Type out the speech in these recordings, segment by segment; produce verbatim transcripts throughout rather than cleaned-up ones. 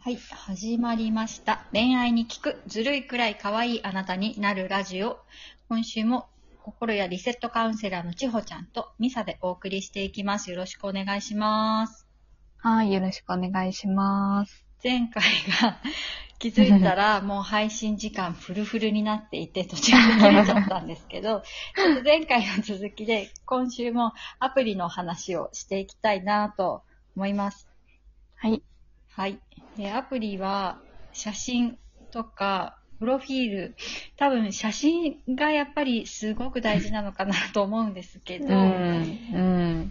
はい、始まりました。恋愛に聞く、ずるいくらい可愛いあなたになるラジオ。今週も心やリセットカウンセラーのちほちゃんとミサでお送りしていきます。よろしくお願いします。 はい、よろしくお願いします。 前回が気づいたらもう配信時間フルフルになっていて途中で切れちゃったんですけど、ちょっと前回の続きで今週もアプリの話をしていきたいなと思います。 はい。 はい。で、アプリは写真とかプロフィール、多分写真がやっぱりすごく大事なのかなと思うんですけど、うん、 うん、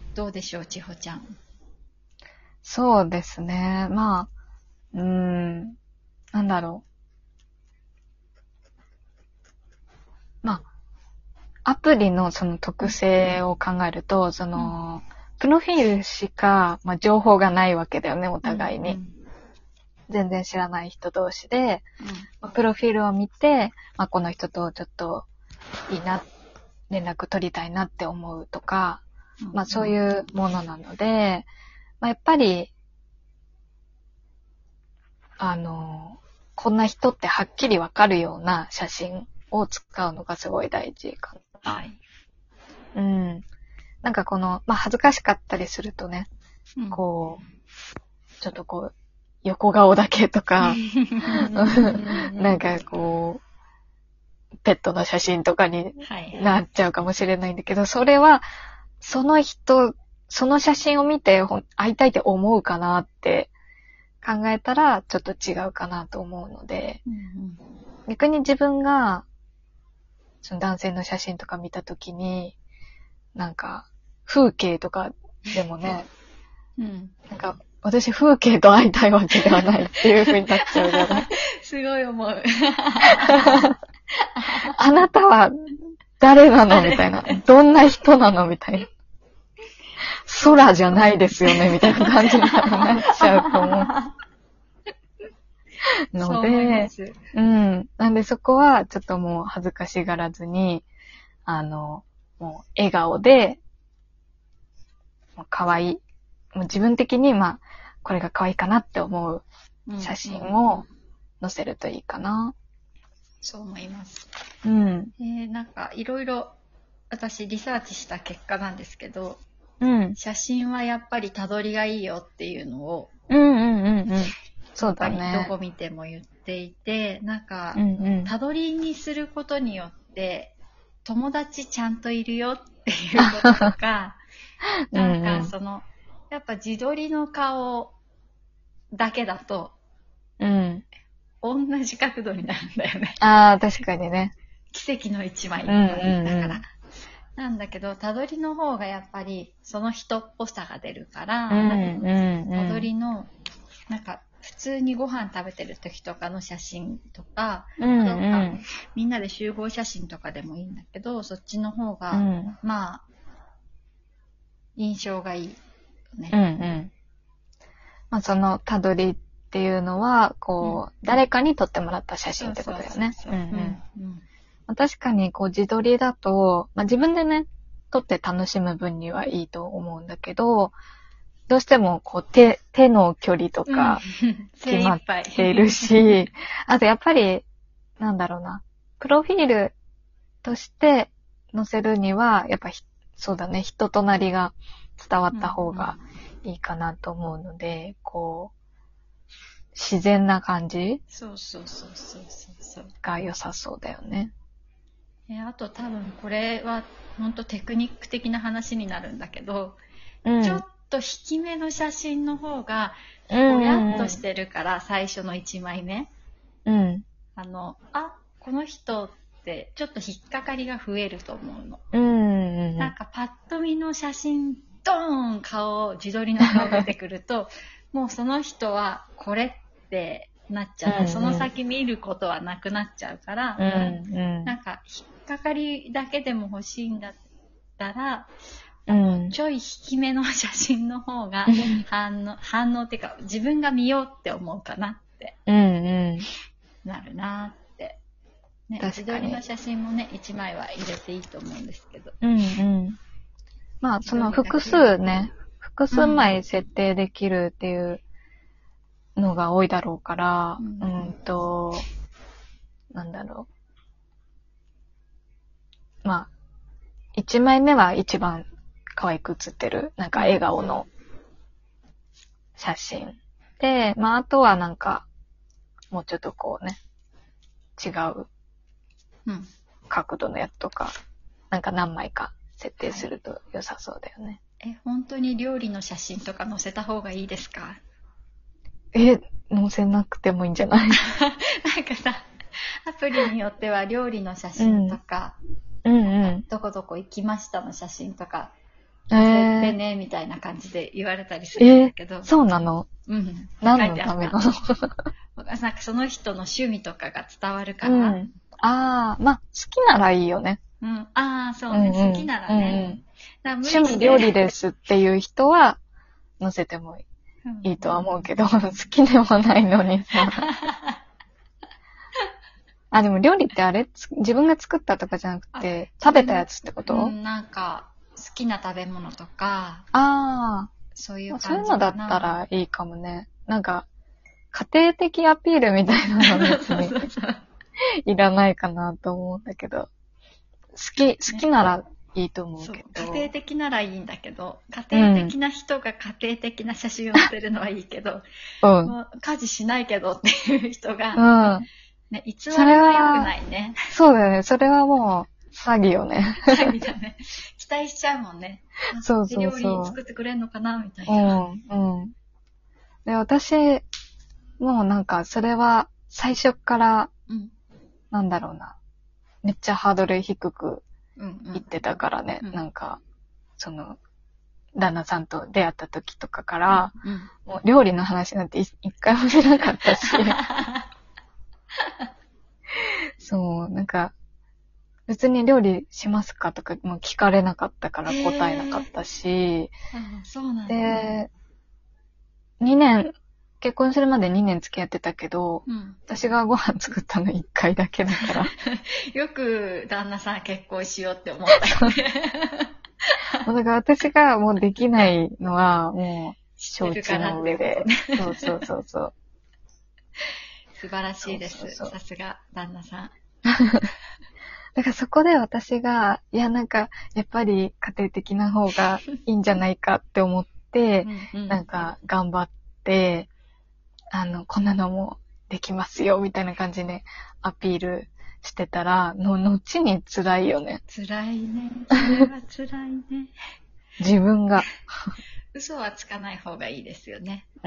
どうでしょう、ちほちゃん。 そうですね。まあ、うーん、なんだろう。まあ、アプリのその特性を考えると、その、うん、プロフィールしか、まあ、情報がないわけだよね、お互いに。うんうん、全然知らない人同士で、うんまあ、プロフィールを見て、まあ、この人とちょっといいな、連絡取りたいなって思うとか、うんうん、まあそういうものなので、まあ、やっぱり、あの、こんな人ってはっきりわかるような写真を使うのがすごい大事かな。はい。うん。なんかこの、まあ恥ずかしかったりするとね、うん、こう、ちょっとこう、横顔だけとか、なんかこう、ペットの写真とかになっちゃうかもしれないんだけど、それは、その人、その写真を見て会いたいって思うかなって考えたら、ちょっと違うかなと思うので、うんうん、逆に自分が、その男性の写真とか見たときに、なんか、風景とかでもね、うん、なんか、私風景と会いたいわけではないっていう風になっちゃうじゃない。 すごい思う。 あなたは誰なのみたいな。どんな人なのみたいな。空じゃないですよねみたいな感じになっちゃうと思う。ので、うん。なんでそこはちょっともう恥ずかしがらずに、あの、もう笑顔で、もう可愛い。もう自分的に、まあ、これが可愛いかなって思う写真を載せるといいかな。 うんうん、そう思います。 うん。 えー、なんかいろいろ私リサーチした結果なんですけど、 うん、 写真はやっぱりたどりがいいよっていうのを、 うんうんうんうん。そうだね。 どこ見ても言っていて、なんか、うんうん、たどりにすることによって友達ちゃんといるよっていうこととか、なんかその、やっぱ自撮りの顔だけだと、 うん、 同じ角度になるんだよね。 ああ、確かにね。 奇跡の一枚だから。うんうんうん、なんだけど、たどりの方がやっぱりその人っぽさが出るから、うんうんうん、たどりの、なんか普通にご飯食べてる時とかの写真とか、うんうん、なんかみんなで集合写真とかでもいいんだけど、そっちの方が、うん、まあ、印象がいいよね。 うんうん。まあそのたどりっていうのは、こう、うん、誰かに撮ってもらった写真ってことだよね。確かにこう自撮りだと、まあ自分でね、撮って楽しむ分にはいいと思うんだけど、どうしてもこう手、手の距離とか決まっているし、あとやっぱり、なんだろうな、プロフィールとして載せるには、やっぱそうだね、人となりが伝わった方がいいかなと思うので、うんうん、こう、自然な感じそうそうそうそうそうが良さそうだよね。 えあと多分これは本当テクニック的な話になるんだけど、うん、ちょっと引き目の写真の方がぼやっとしてるから、うんうん、最初のいちまいめ、 うん、 あのあこの人ってちょっと引っかかりが増えると思うの、 うんうんうん、 なんかパッと見の写真ドーン顔自撮りの顔出てくるともうその人はこれってなっちゃう、うんうん、その先見ることはなくなっちゃうから、うんうん、なんか引っかかりだけでも欲しいんだったら、うん、ちょい引き目の写真の方が反応反応っていうか自分が見ようって思うかなって、 うんうん、 なるなって、ね、自撮りの写真もねいちまいは入れていいと思うんですけど、 うんうん、まあその複数ね複数枚設定できるっていうのが多いだろうから、 うん、うんと、なんだろう。まあ、一枚目は一番可愛く写ってる、なんか笑顔の写真。で、まあ、あとはなんか、もうちょっとこうね、違う角度のやつとか、なんか何枚か設定すると良さそうだよね。 はい、え、本当に料理の写真とか載せた方がいいですか？ え、載せなくてもいいんじゃない？なんかさ、アプリによっては料理の写真とか、 うんうんうん、 どこどこ行きましたの写真とか、載せてね、みたいな感じで言われたりするんだけど。えー、そうなの？ うん。 何のためなの？ なんかその人の趣味とかが伝わるから。 うん、ああ、まあ、好きならいいよね。 うん。ああ、そうね、うんうん。好きならね。 うんうん、趣味料理ですっていう人は載せてもいい,、いいとは思うけど、好きでもないのにさ。あ、でも料理ってあれ自分が作ったとかじゃなくて、食べたやつってこと？ うん、なんか、好きな食べ物とか、 ああ、 そういう感じそういうのだったらいいかもね。なんか、家庭的アピールみたいなの別にいらないかなと思うんだけど、好き、好きならいいと思うけど。 家庭的ならいいんだけど、家庭的な人が家庭的な写真を載せるのはいいけど、うん、もう家事しないけどっていう人が、うん、ね、偽りは良くないね。 そうだよね。それはもう、詐欺よね。 詐欺だね。期待しちゃうもんね。 そうそうそう。 料理作ってくれんのかなみたいな。 うん、うん。で、私、もうなんか、それは、最初から、うん、なんだろうな。めっちゃハードル低く言ってたからね。うんうん、なんか、その、旦那さんと出会った時とかから、うんうん、もう料理の話なんて一回もしなかったし。そう、なんか、別に料理しますかとかも聞かれなかったから答えなかったし、 そうなんだ、 ね。で、にねん、結婚するまでにねん付き合ってたけど、うん、私がご飯作ったのいっかいだけだから。 よく旦那さん結婚しようって思ったよね。 だから私がもうできないのはもう承知の上で。そうそうそうそう。 素晴らしいです。さすが旦那さん。 だからそこで私が、いやなんか、やっぱり家庭的な方がいいんじゃないかって思って、うんうん、なんか頑張って、あの、こんなのもできますよ、みたいな感じでアピールしてたら、の、後に辛いよね。 辛いね。それは辛いね。 自分が。 嘘はつかない方がいいですよね。 うん。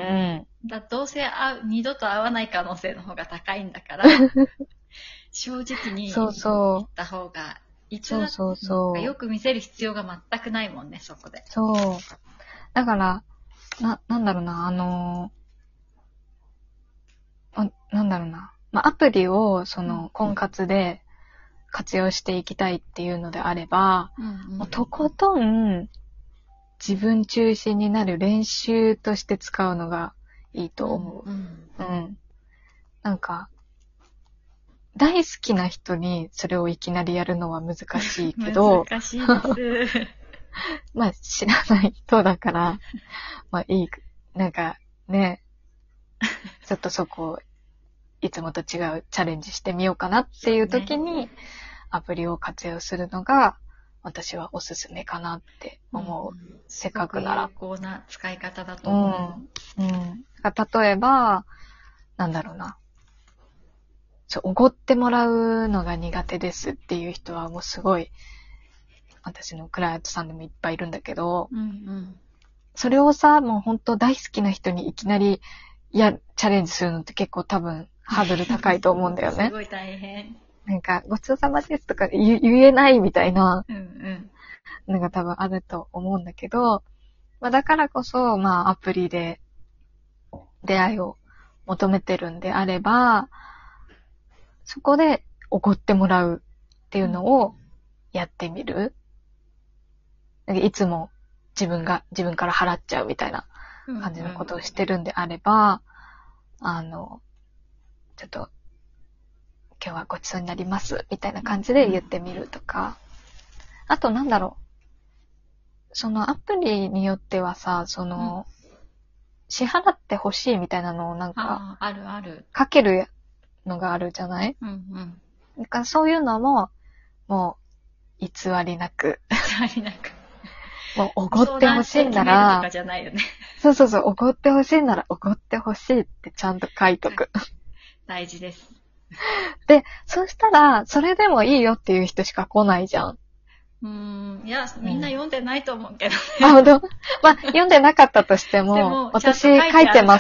だどうせ会う、二度と会わない可能性の方が高いんだから、正直に言った方が、いつだってよく見せる必要が全くないもんね、そこで。 そう。だから、な、なんだろうな、あのー、なんだろうな。まあ、アプリを、その、婚活で活用していきたいっていうのであれば、うんうん、もうとことん、自分中心になる練習として使うのがいいと思う。うん。うん、なんか、大好きな人にそれをいきなりやるのは難しいけど。 難しいです。 まあ、知らない人だから、まあいい、なんかね、ちょっとそこをいつもと違うチャレンジしてみようかなっていう時に、アプリを活用するのが、私はおすすめかなって思う。うん、せっかくなら。 有効な使い方だと思う。うん。うん、例えば、なんだろうな。おごってもらうのが苦手ですっていう人はもうすごい、私のクライアントさんでもいっぱいいるんだけど、うんうん、それをさ、もう本当大好きな人にいきなりや、チャレンジするのって結構多分ハードル高いと思うんだよね。 すごい大変。 なんか、ごちそうさまですとか言えないみたいな、うんうん、のが多分あると思うんだけど、まあ、だからこそ、まあアプリで出会いを求めてるんであれば、そこでおごってもらうっていうのをやってみる。いつも自分が、自分から払っちゃうみたいな感じのことをしてるんであれば、うんうん、あの、ちょっと、今日はごちそうになります、みたいな感じで言ってみるとか。あとなんだろう。そのアプリによってはさ、その、 支払ってほしいみたいなのをなんか、 ああ、あるある。 かけるのがあるじゃない？ うんうん。 だからそういうのも、もう、偽りなく。 偽りなく。 もう、おごってほしいなら、 とかじゃないよね。 そうそうそう、おごってほしいなら、おごってほしいってちゃんと書いとく。 大事です。 で、そしたら、それでもいいよっていう人しか来ないじゃん。 うーん、いや、みんな読んでないと思うけどね。 あ、ほんと？まあ、読んでなかったとしても、 でも私ちゃんと書いてあるからね書いてます。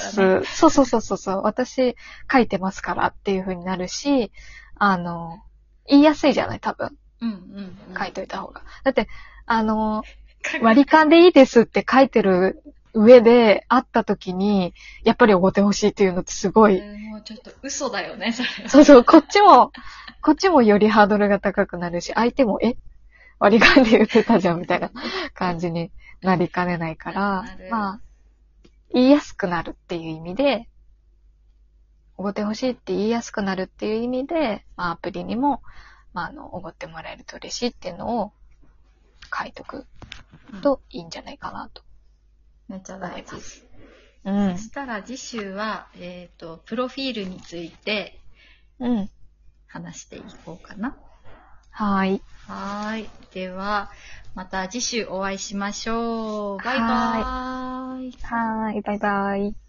そうそうそうそうそう、私書いてますからっていう風になるし、あの、言いやすいじゃない、多分。 うんうんうん。 書いといた方が。だって、あの、割り勘でいいですって書いてる上で会った時に、やっぱりおごってほしいっていうのってすごい。 えーもうちょっと嘘だよね、それは。 そうそう、こっちも、こっちもよりハードルが高くなるし、相手も、え割り勘で言ってたじゃんみたいな感じになりかねないから、まあ、言いやすくなるっていう意味で、おごってほしいって言いやすくなるっていう意味で、まあアプリにも、まああの、おごってもらえると嬉しいっていうのを書いとくといいんじゃないかなと。 めっちゃ大事。 うん。 そしたら次週は、えっと、プロフィールについて、 うん。 話していこうかな。 はーい。 はーい。では、また次週お会いしましょう。バイバーイ。 はーい、バイバイ。